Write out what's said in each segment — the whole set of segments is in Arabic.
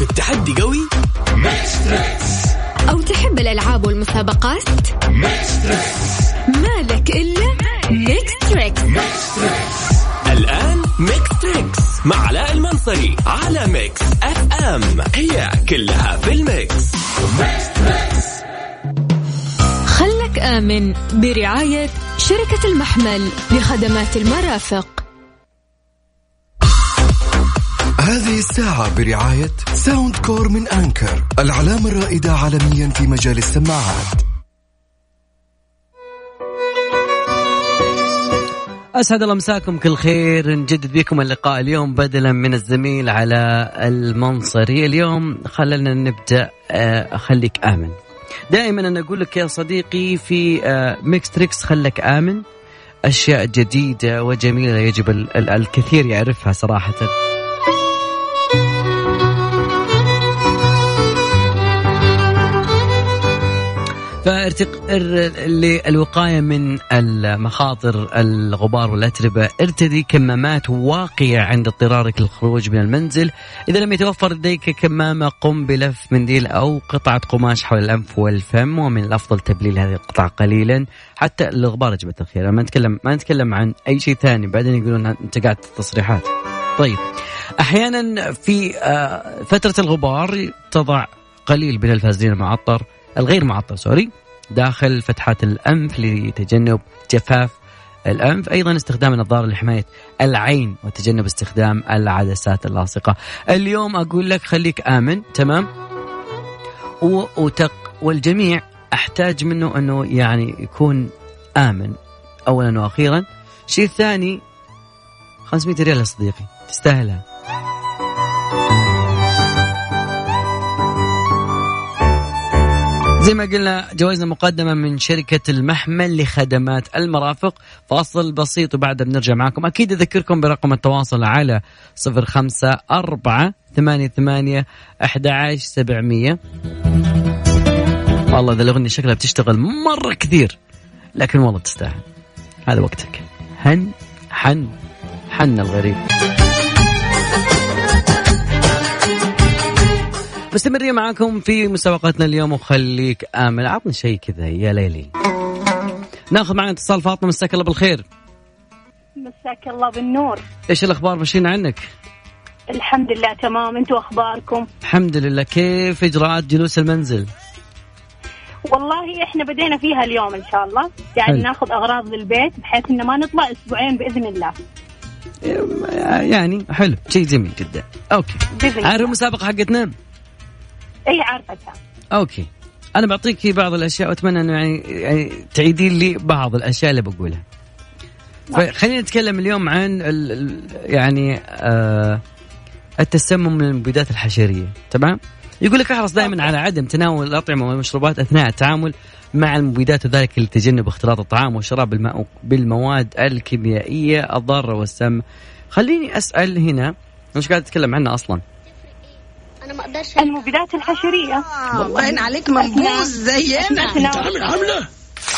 التحدي قوي؟ أو تحب الألعاب والمسابقات؟ مالك إلا ميكس تريكس. الآن ميكس تريكس مع علاء المنصري على ميكس اف ام، هي كلها في الميكس. خلك آمن برعاية شركة المحمل لخدمات المرافق. هذه الساعة برعاية ساوند كور من أنكر، العلامة الرائدة عالميا في مجال السماعات. أسعد الله مساكم كل خير، نجدد بكم اللقاء اليوم بدلا من الزميل على المنصري. اليوم خلنا نبدأ خليك آمن. دائما أنا أقول لك يا صديقي في ميكس تريكس خلك آمن، أشياء جديدة وجميلة يجب الكثير يعرفها صراحة. للوقاية من المخاطر الغبار والأتربة ارتدي كمامات واقية عند اضطرارك للخروج من المنزل. إذا لم يتوفر لديك كمامة قم بلف منديل أو قطعة قماش حول الأنف والفم، ومن الأفضل تبليل هذه القطعة قليلا حتى الغبار يجب التخير. ما نتكلم عن أي شيء ثاني، بعدين يقولون أنت قاعد تصريحات. طيب أحيانا في فترة الغبار تضع قليل من الفازلين المعطر الغير معطر داخل فتحات الأنف لتجنب جفاف الأنف. أيضا استخدام النظارة لحماية العين وتجنب استخدام العدسات اللاصقة. اليوم أقول لك خليك آمن، تمام؟ والجميع أحتاج منه أنه يعني يكون آمن أولا وأخيرا. شيء ثاني 500 ريال يا صديقي، تستاهلها. زي ما قلنا جوائزنا مقدمة من شركة المحمل لخدمات المرافق. فاصل بسيط وبعد بنرجع معكم. أكيد أذكركم برقم التواصل على 0548811700. والله ذا الأغنية شكلها بتشتغل مرة كثير، لكن والله تستاهل. هذا وقتك. حن الغريب. مستمرين معاكم في مسابقتنا اليوم وخليك آمن. عطني شيء كذا يا ليلي. ناخذ معنا اتصال. فاطمة مساك الله بالخير. مساك الله بالنور. ايش الأخبار؟ ماشيين عنك؟ الحمد لله تمام، انتوا أخباركم؟ الحمد لله. كيف إجراءات جلوس المنزل؟ والله احنا بدينا فيها اليوم ان شاء الله، يعني ناخذ أغراض للبيت بحيث إن ما نطلع أسبوعين بإذن الله. يعني حلو، شيء جميل جدا. أوكي، عارف المسابقة حقتنا؟ اي عارفتها. اوكي، انا بعطيك بعض الاشياء واتمنى انه يعني تعيدين لي بعض الاشياء اللي بقولها. خلينا نتكلم اليوم عن يعني التسمم من المبيدات الحشريه. تمام؟ يقول لك احرص دائما على عدم تناول الاطعمه والمشروبات اثناء التعامل مع المبيدات، وذلك لتجنب اختلاط الطعام والشراب بالمواد الكيميائيه الضاره والسم. خليني اسال هنا، مش قاعد اتكلم عنها اصلا. المبيدات الحشرية. والله إن عليك منبوذ زينا. تعمل عملة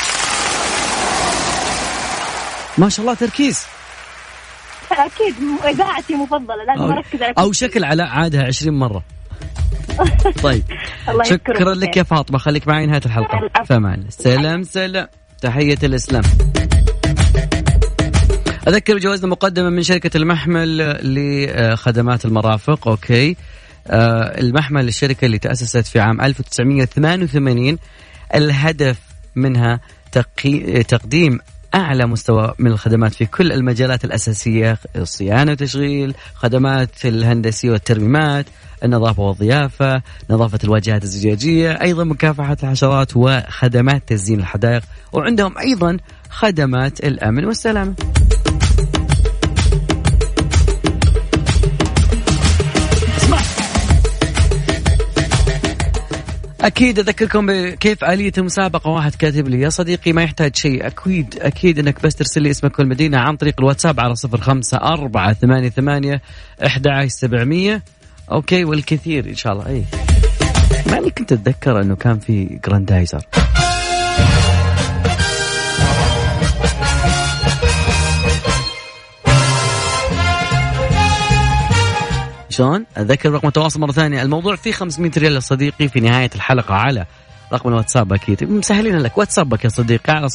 ما شاء الله، تركيز. أكيد إذاعتي مفضلة، لازم أركز على أو شكل علاء عادها 20 مرة. طيب شكرا لك يا فاطمة، خليك معي نهاية الحلقة. فمان سلام. تحية الإسلام. أذكر جوائزنا مقدمة من شركة المحمل لخدمات المرافق. أوكي، المحمل الشركة اللي تأسست في عام 1988. الهدف منها تقديم أعلى مستوى من الخدمات في كل المجالات الأساسية: الصيانة وتشغيل، خدمات الهندسية والترميمات، النظافة والضيافة، نظافة الواجهات الزجاجية، أيضا مكافحة الحشرات وخدمات تزيين الحدائق، وعندهم أيضا خدمات الأمن والسلامة. أكيد أذكركم بكيف آلية المسابقة. واحد كاتب لي: يا صديقي ما يحتاج شيء، أكيد أنك بس ترسل لي اسمك والمدينة عن طريق الواتساب على 0548811700. أوكي، والكثير إن شاء الله. أي معني كنت أتذكر أنه كان في جراندايزر. شلون؟ أذكر رقم التواصل مرة ثانية. الموضوع فيه 500 ريال يا صديقي في نهاية الحلقة على رقم الواتساب. أكيد مسهلين لك واتسابك يا صديقي على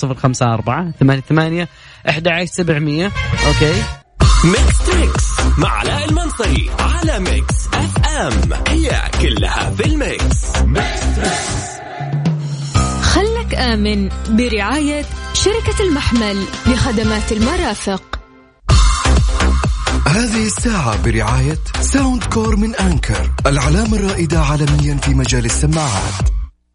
0548811700. أوكي. ميكس تريكس مع علاء المنصري على ميكس اف ام. هي كلها في الميكس. خلك آمن برعاية شركة المحمل لخدمات المرافق. هذه الساعة برعاية ساوند كور من أنكر، العلامة الرائدة عالميا في مجال السماعات.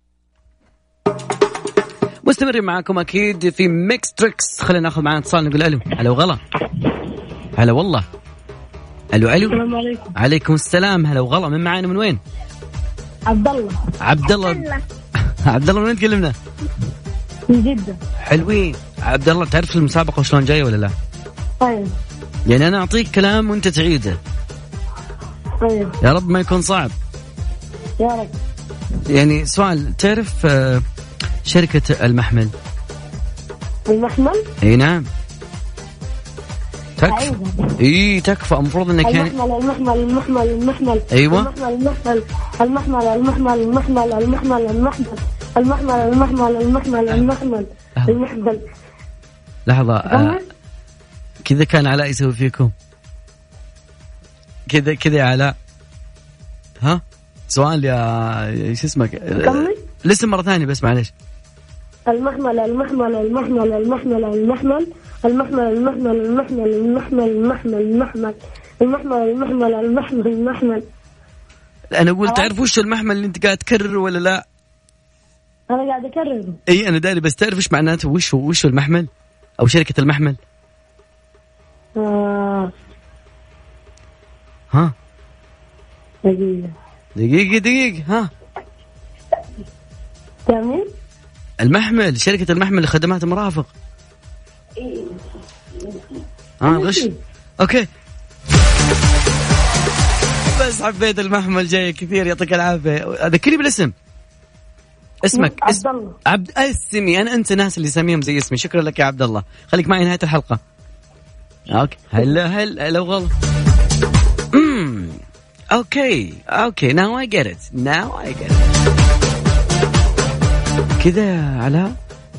مستمرين معكم أكيد في ميكس تريكس. خلينا ناخذ معنا اتصال نقول ألو. هلا وغلا. هلا والله. ألو. السلام عليكم. عليكم السلام. هلا وغلا. من معانا من وين؟ عبد الله. عبد الله من وين تكلمنا؟ من جدة. حلوين. عبد الله تعرف المسابقة وشلون جاية ولا لا؟ طيب. يعني أنا أعطيك كلام وأنت تعيده. طيب. يا رب ما يكون صعب. يا رب. يعني سؤال، تعرف شركة المحمل؟ المحمل؟ اي نعم. تكفى. اي تكفى. المفروض انك يعني المحمل. ايوه. المحمل. لحظة. كذا كان علاء يسوي فيكم كذا يا علاء. ها سؤال يا شو اسمك؟ الاسم مرة ثانية بس معلش. المحمل. أنا أقول تعرف وش المحمل اللي أنت قاعد تكرر ولا لا؟ أنا قاعد أكرر. أي أنا داري، بس تعرف وش معناته؟ وش المحمل أو شركة المحمل؟ ها دقيقة. ها تمام. المحمل، شركة المحمل لخدمات المرافق. غش. أوكي. بس حبيت المحمل جاي كثير. يعطيك العافية. ذكرني بالاسم. اسمك عبد الله. اسمي أنا. أنت ناس اللي سميهم زي اسمي. شكرا لك يا عبد الله. خليك معي نهاية الحلقة. أوكي. هلا لو غلط. أوكي. Now I get it. كذا يا علاء.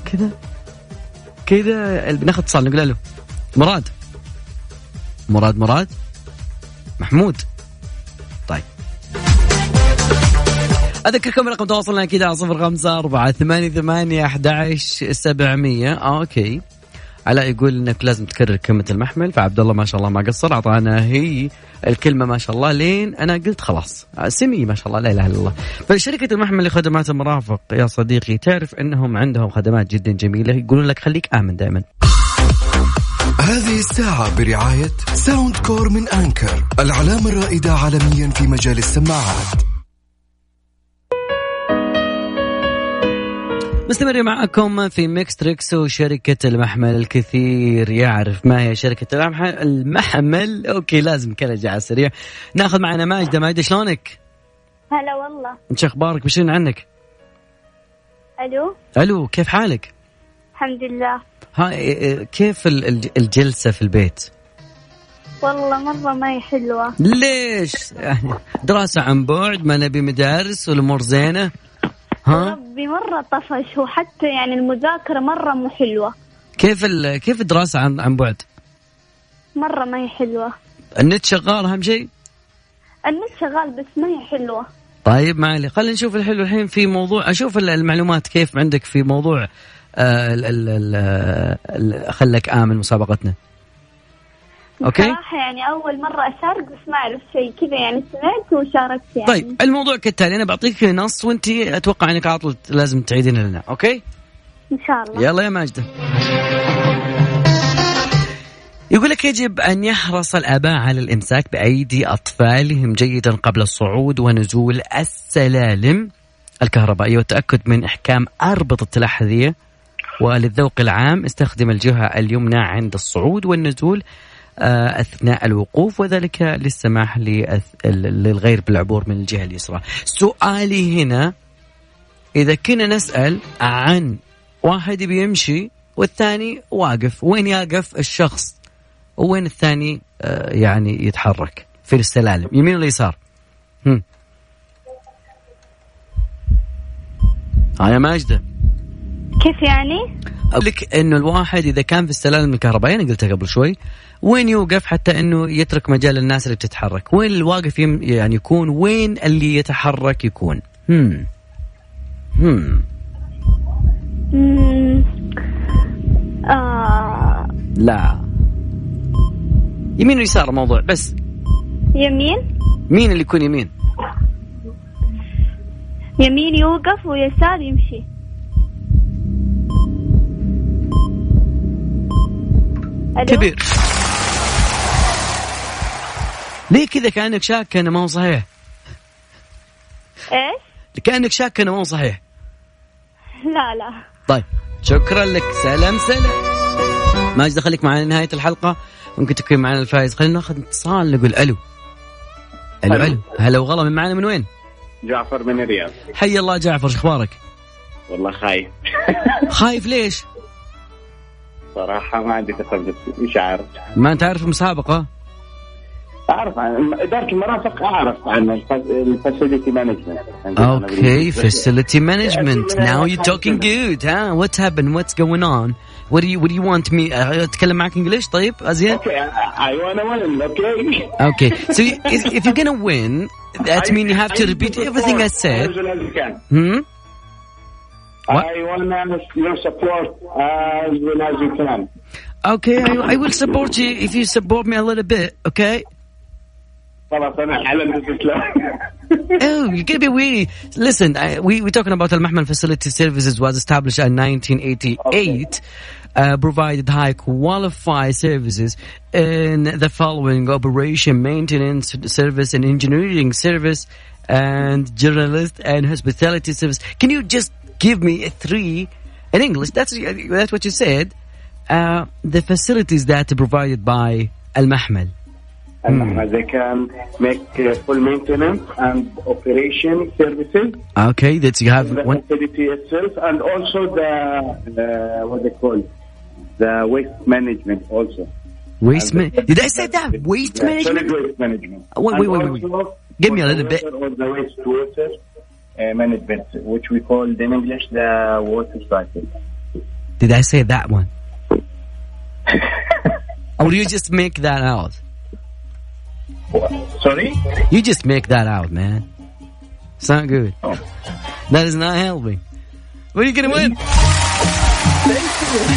كذا بناخذ اتصال نقول له مراد محمود. طيب أذكركم رقم تواصلنا كذا على 0548811700. أوكي. علاء يقول إنك لازم تكرر كلمة المحمل، فعبد الله ما شاء الله ما قصر، أعطانا هي الكلمة ما شاء الله لين أنا قلت خلاص سمي ما شاء الله لا إله إلا الله. فشركة المحمل لخدمات المرافق يا صديقي تعرف أنهم عندهم خدمات جدا جميلة. يقولون لك خليك آمن دائما. هذه الساعة برعاية ساوند كور من أنكر، العلامة الرائدة عالميا في مجال السماعات. مستمرين معكم في ميكس تريكس. وشركة المحمل الكثير يعرف ما هي شركة المحمل. أوكي لازم كلا جاء سريع. ناخذ معنا ماجدة. شلونك؟ هلا والله. إيش أخبارك؟ بشرين عنك. ألو كيف حالك؟ الحمد لله. كيف الجلسة في البيت؟ والله مرة ما هي حلوة. ليش؟ دراسة عن بعد، ما نبي مدارس والأمور زينة. ربي مرة طفش، وحتى يعني المذاكرة مرة مو حلوة. كيف الدراسة عن بعد؟ مرة ما هي حلوة. النت شغال أهم شيء؟ النت شغال بس ما هي حلوة. طيب ما علي، خلينا نشوف الحلو الحين في موضوع. أشوف المعلومات كيف عندك في موضوع خلك آمن مسابقتنا. أوكي. صراحة يعني أول مرة أشارك بس ما أعرف شيء كذا، يعني سمعت وشاركت يعني. طيب الموضوع كالتالي، أنا بعطيك نص وأنتي أتوقع أنك عاطل لازم تعيدين لنا. أوكي إن شاء الله. يلا يا ماجدة. يقول لك يجب أن يحرص الآباء على الإمساك بأيدي أطفالهم جيدا قبل الصعود ونزول السلالم الكهربائية، والتأكد من إحكام أربطة الأحذية. وللذوق العام استخدم الجهة اليمنى عند الصعود والنزول أثناء الوقوف، وذلك للسماح للغير بالعبور من الجهة اليسرى. سؤالي هنا، إذا كنا نسأل عن واحد بيمشي والثاني واقف، وين يقف الشخص وين الثاني يعني يتحرك؟ في السلالم، يمين ولا يسار؟ يا ماجدة كيف يعني؟ أقول لك إنه الواحد إذا كان في السلالم الكهربائية، أنا قلتها قبل شوي، وين يوقف حتى إنه يترك مجال للناس اللي بتتحرك؟ وين الواقف يعني يكون؟ وين اللي يتحرك يكون؟ لا، يمين ويسار الموضوع بس. يمين. مين اللي يكون يمين؟ يمين يوقف ويسار يمشي. كبير. ليه كذا كأنك شاك أنه ما هو صحيح؟ إيش؟ كأنك شاك أنه ما هو صحيح. لا. طيب شكرا لك. سلام. ماجد خليك معنا نهاية الحلقة، ممكن تكون معنا الفائز. خلينا ناخذ اتصال، نقول ألو. هلا وغلا، من معنا من وين؟ جعفر من الرياض. حي الله جعفر، شو اخبارك؟ والله خايف. خايف ليش؟ صراحة ما عندي تثبت، مش عارف. ما انت عارف المسابقة؟ أعرف عن إدارة المرافق، أعرف عن الفاسيلتي مانجمنت. Okay, facility management. Now you're talking good, huh? What happened? What's going on? What do you want me? أتكلم معك إنجليش طيب أزين؟ Okay, I wanna win. Okay, so if you're gonna win, that means you have to repeat everything I said. What? I want your support as well as you can. Okay, I will support you if you support me a little bit, okay? Oh, you're gonna be really... Listen, we're talking about Al Mahmal Facility Services was established in 1988. Provided high qualified services in the following: operation, maintenance, service and engineering service, and journalist and hospitality service. Can you just give me a 3 in English? That's what you said. The facilities that are provided by Al Mahmal. They can make full maintenance and operation services. Okay, that you have the facility itself, and also the what they call the waste management also. Waste management? Did I say that? Waste management? Solid waste management. Wait. Give me a little bit. Or the wastewater management, which we call in English the water cycle. Did I say that one? Or you just make that out? Sorry? You just make that out, man. It's not good. Oh. That is not helping. What are you going to win? Thank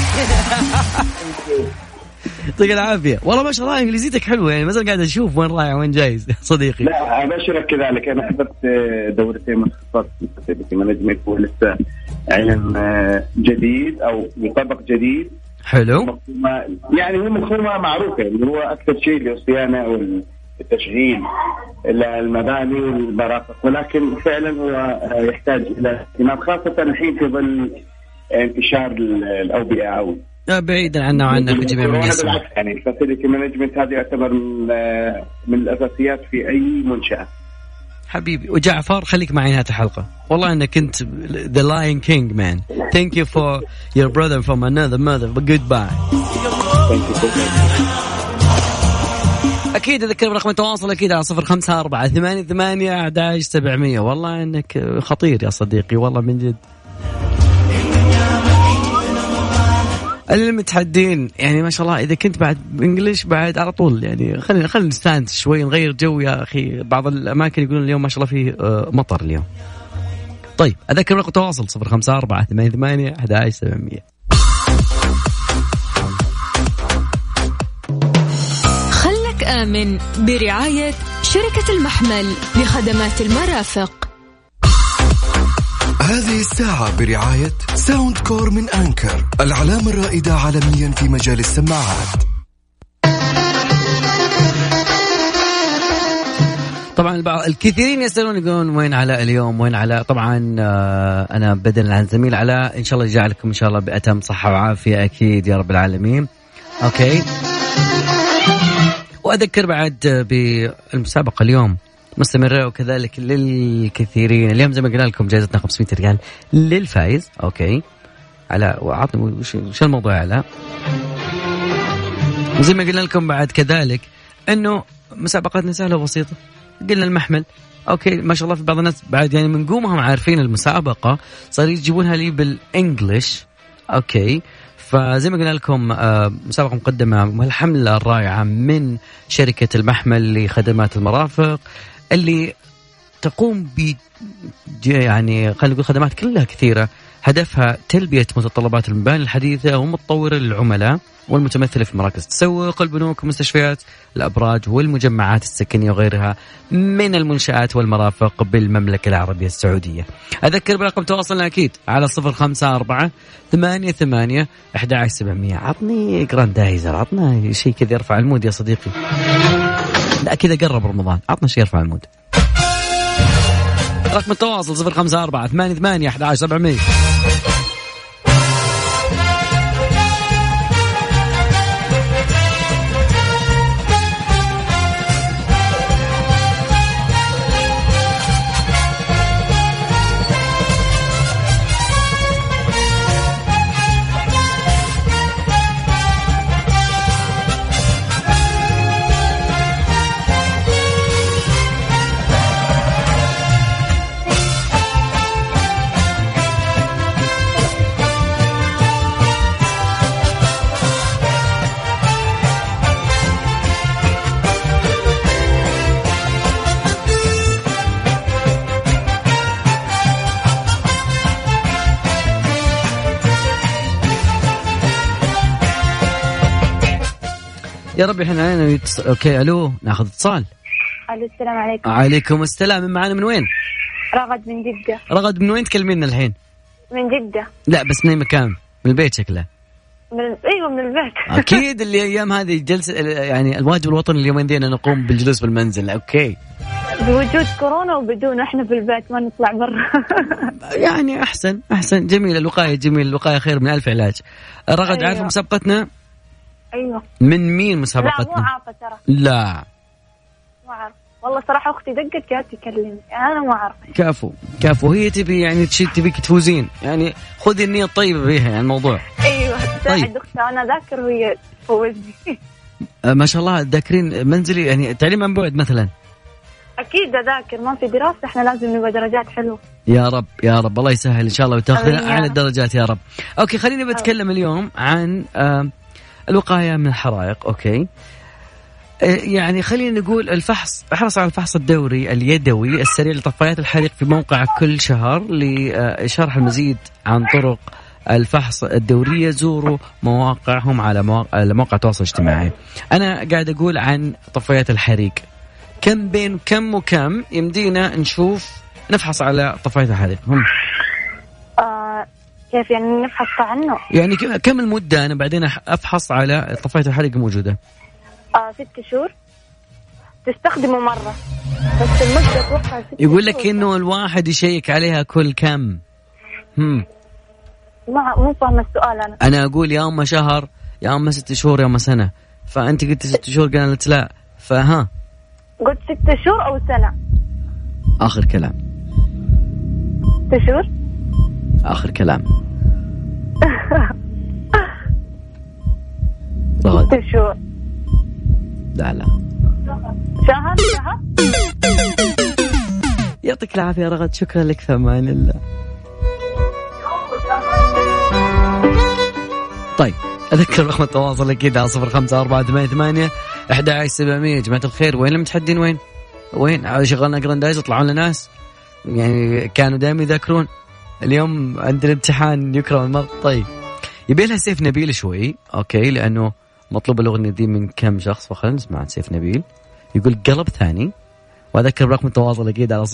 you. يعطيك العافية. والله ما شاء الله إنجليزيتك حلوة، يعني مثلا قاعد أشوف وين رايح وين جايز صديقي. لا أبشرك كذلك، أنا حضرت دورتين متخصصة في مانجمنت، ولسه علم جديد أو يطبق جديد. حلو. يعني هو مفهومة معروفة، اللي هو أكثر شيء للصيانة والتشغيل المباني والمرافق، ولكن فعلا هو يحتاج إلى اهتمام، خاصة الحين في ظل انتشار الأوبئة أو بعيدا عنا وعنك وجميع من يسمع. بالعكس، يعني الفاسيلتي مانجمنت هذه يعتبر من الأساسيات في أي منشأة. حبيبي وجعفر، خليك معي نهاية الحلقة. والله أنك كنت the Lion King man. Thank you for your brother from another mother, but goodbye. أكيد أذكر برقم التواصل أكيد على 0548811700. والله أنك خطير يا صديقي، والله من جد. المتحدين يعني ما شاء الله، إذا كنت بعد إنجليش بعد على طول، يعني خلينا نستانس شوي، نغير جو يا أخي. بعض الأماكن يقولون اليوم ما شاء الله فيه مطر اليوم. طيب أذكر رقم التواصل 0548811700. خلك آمن برعاية شركة المحمل لخدمات المرافق. هذه الساعة برعاية ساوند كور من أنكر، العلامة الرائدة عالميا في مجال السماعات. طبعا الكثيرين يسألون يقولون وين علاء اليوم، وين علاء. طبعا أنا بدلا عن زميل علاء، إن شاء الله يجعلكم إن شاء الله بأتم صحة وعافية أكيد يا رب العالمين. أوكي. وأذكر بعد بالمسابقة اليوم مستمرة، وكذلك للكثيرين اليوم زي ما قلنا لكم جائزتنا 500 ريال للفائز. أوكي علاء، وعطني وش الموضوع علاء. وزي ما قلنا لكم بعد كذلك إنه مسابقاتنا سهلة وبسيطة. قلنا المحمل أوكي، ما شاء الله في بعض الناس بعد يعني من قومهم عارفين المسابقة صار يجيبونها لي بالإنجليش. أوكي، فزي ما قلنا لكم مسابقة مقدمة والحملة الرائعة من شركة المحمل لخدمات المرافق اللي تقوم ب يعني خلينا نقول خدمات كلها كثيرة، هدفها تلبية متطلبات المباني الحديثة ومتطورة للعملاء والمتمثلة في مراكز التسوق، البنوك والمستشفيات، الأبراج والمجمعات السكنية وغيرها من المنشآت والمرافق بالمملكة العربية السعودية. أذكر برقم تواصلنا أكيد على 0548811700. عطني جراندايزر، عطنا شيء كذا يرفع المود يا صديقي. لا كذا قرب رمضان، عطنا شيء يرفع المود. رقم التواصل 0548811700. يا ربي احنا علينا اوكي. الو، ناخذ اتصال. الو، السلام عليكم. عليكم السلام. من معنا من وين؟ رغد من جدة. رغد من وين تكلمينا الحين؟ من جدة. لا بس من مكان؟ من البيت شكله. ايوه من البيت. اكيد اللي ايام هذه جلسه يعني الواجب الوطني اليومين ذي نقوم بالجلوس في المنزل. اوكي، بوجود كورونا وبدون احنا في البيت ما نطلع برا. يعني احسن جميل. الوقايه جميل، الوقايه خير من 1000 علاج. رغد أيوة. عارفه مسابقتنا؟ ايوه. من مين مسابقتنا؟ لا مو عارفه ترى. لا مو عارفه والله صراحه. اختي دقت جات تكلمني، انا مو عارفه. كفو هي تبي يعني تبيك تفوزين، يعني خذي النيه الطيبه فيها يعني الموضوع. ايوه ساعد اختي، انا ذاكر وهي تفوزني. ما شاء الله ذاكرين منزلي يعني تعليم عن بعد مثلا. اكيد اذاكر، ما في دراسه، احنا لازم نبغى درجات حلوه. يا رب يا رب الله يسهل ان شاء الله وتاخذين اعلى الدرجات يا رب. اوكي خليني بتكلم اليوم عن الوقايه من الحرائق. اوكي يعني خلينا نقول الفحص، احرص على الفحص الدوري اليدوي السريع لطفايات الحريق في موقع كل شهر. لشرح المزيد عن طرق الفحص الدورية زوروا مواقعهم على مواقع التواصل الاجتماعي. أنا قاعد أقول عن طفايات الحريق، كم بين كم وكم يمدينا نشوف نفحص على طفايات الحريق؟ كيف يعني نفحص عنه؟ يعني كم المدة أنا بعدين أفحص على طفايات الحريق موجودة؟ 6 شهور تستخدمه مرة بس المدة توقع 6 يقول لك إنه الواحد يشيك عليها كل كم؟ مو فاهمة السؤال. أنا أقول يا أما شهر يا أما 6 شهور يا أما سنة، فأنت قلت 6 شهور قالت لا، فها قلت 6 شهور أو سنة. آخر كلام 6 شهور آخر كلام. 6 شهور. لا شهر. يعطيك العافية يا رغد، شكرا لك، في أمان الله. طيب أذكر رقم التواصل أكيد على 0548811700. جماعة الخير وين المتحدين؟ وين شغلنا جراندايز يطلعون لنا ناس يعني كانوا دائما يذاكرون، اليوم عندنا امتحان يكرم المرض. طيب يبي لها سيف نبيل شوي اوكي، لانه مطلوب الاغنيه دي من كم شخص، فخلينا نسمع عن سيف نبيل. يقول قلب ثاني. واذكر رقم التواصل اكيد على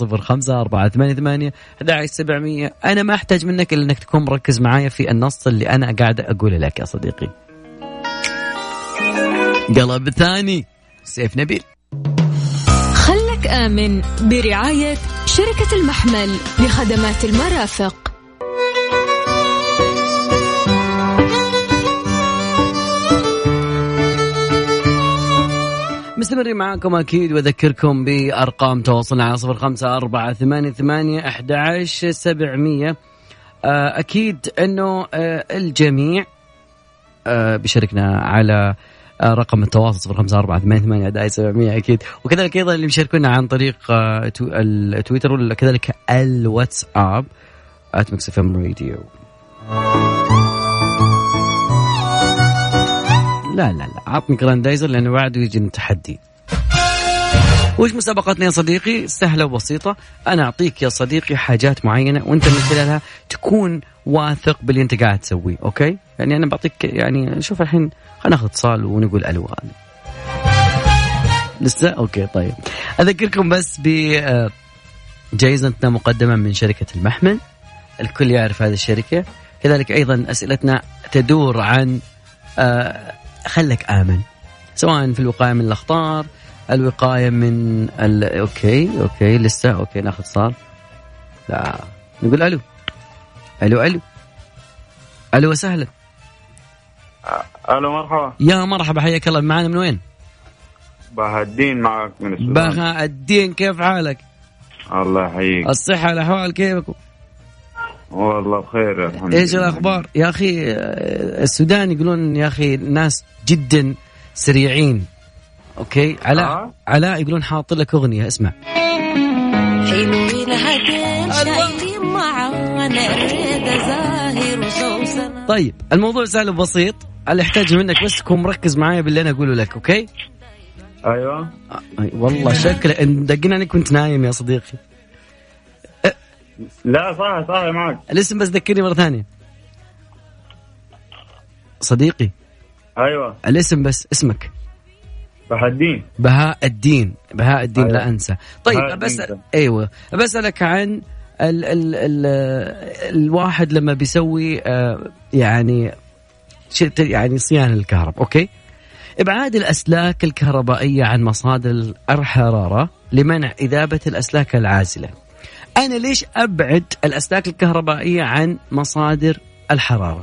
0548811700. انا ما احتاج منك الا انك تكون مركز معايا في النص اللي انا قاعد اقوله لك يا صديقي. قلب ثاني سيف نبيل. خلك آمن برعاية شركة المحمل لخدمات المرافق. مستمرين معاكم أكيد، وأذكركم بأرقام تواصلنا على 0548811700. أكيد أنه الجميع بيشاركنا على رقم التواصل 0548811700 أكيد. وكذلك أيضا اللي بيشاركونا عن طريق التويتر وكذلك الواتساب @mixfmradio. لا عطني جراندايزر لأنه بعده يجي التحدي. وش مسابقتنا يا صديقي؟ سهلة وبسيطة. أنا أعطيك يا صديقي حاجات معينة وأنت من خلالها تكون واثق باللي أنت قاعد تسويه. أوكي؟ يعني أنا بعطيك، يعني شوف الحين خلينا ناخذ اتصال ونقول ألو. هذا لسه أوكي. طيب أذكركم بس بجائزتنا مقدمة من شركة المحمل، الكل يعرف هذه الشركة. كذلك أيضا أسئلتنا تدور عن خلك آمن، سواء في الوقاية من الأخطار، الوقاية من أوكي لسه أوكي. ناخذ اتصال. لا نقول ألو. ألو وسهلا. ألو مرحبا. يا مرحبا، حياك الله. معنا من وين؟ بهاء الدين معك من السودان. بهاء الدين، كيف حالك؟ الله يحييك. الصحة الأحوال كيفكم؟ والله بخير الحمد لله. إيش الأخبار يا أخي؟ السودان يقولون يا أخي ناس جدا سريعين. أوكي علاء يقولون حاط لك أغنية، اسمع. طيب الموضوع سهل وبسيط، اللي يحتاج منك بس تكون مركز معايا باللي أنا أقوله لك. أوكي؟ أيوة. والله شكل دقنا أنك كنت نايم يا صديقي. لا صح معك. الاسم بس ذكرني مرة ثانية صديقي. أيوة الاسم بس، اسمك. بهاء الدين. أيوة. لا أنسى. طيب أيوة بسألك عن الواحد لما بيسوي يعني صيانة الكهرباء. أوكي؟ إبعاد الأسلاك الكهربائية عن مصادر الحرارة لمنع إذابة الأسلاك العازلة. أنا ليش أبعد الأسلاك الكهربائية عن مصادر الحرارة؟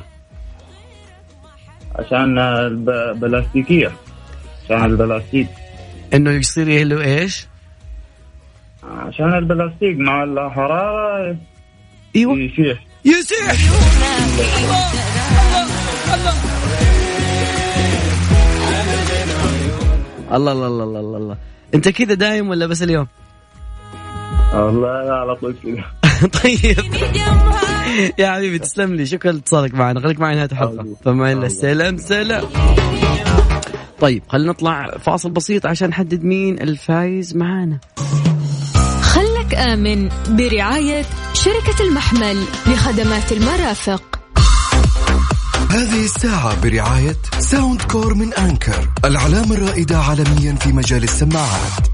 عشان البلاستيكية، عشان البلاستيك إنه يصير يهلو إيش؟ عشان البلاستيك مع الحرارة أيوة يسيح. الله أنت كذا دايم ولا بس اليوم؟ والله على طول كذا. طيب يا حبيبي تسلم لي، شكرا لاتصالك معنا، خليك معي نهاية الحلقة. فما إلا سلام. طيب خلينا نطلع فاصل بسيط عشان نحدد مين الفايز معانا. خلك آمن برعاية شركة المحمل لخدمات المرافق. هذه الساعة برعاية ساوند كور من أنكر، العلامة الرائدة عالميا في مجال السماعات.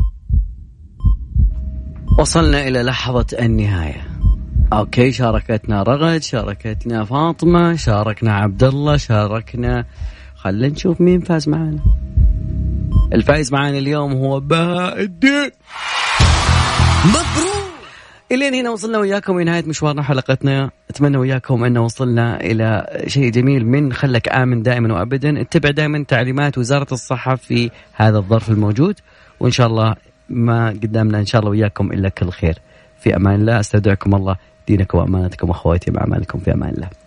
وصلنا إلى لحظة النهاية. أوكي، شاركتنا رغد، شاركتنا فاطمة، شاركنا عبد الله، شاركنا. خلينا نشوف مين فاز معنا. الفائز معنا اليوم هو بهاء الدين. مبروك. إلين هنا وصلنا وياكم لنهاية مشوارنا حلقتنا. أتمنى وياكم أن وصلنا إلى شيء جميل من خلك آمن دائما وأبدا. اتبع دائما تعليمات وزارة الصحة في هذا الظرف الموجود، وإن شاء الله ما قدامنا إن شاء الله وياكم إلا كل خير. في أمان الله، استودعكم الله دينكم وأمانتكم وأخواتي مع أمانكم. في أمان الله.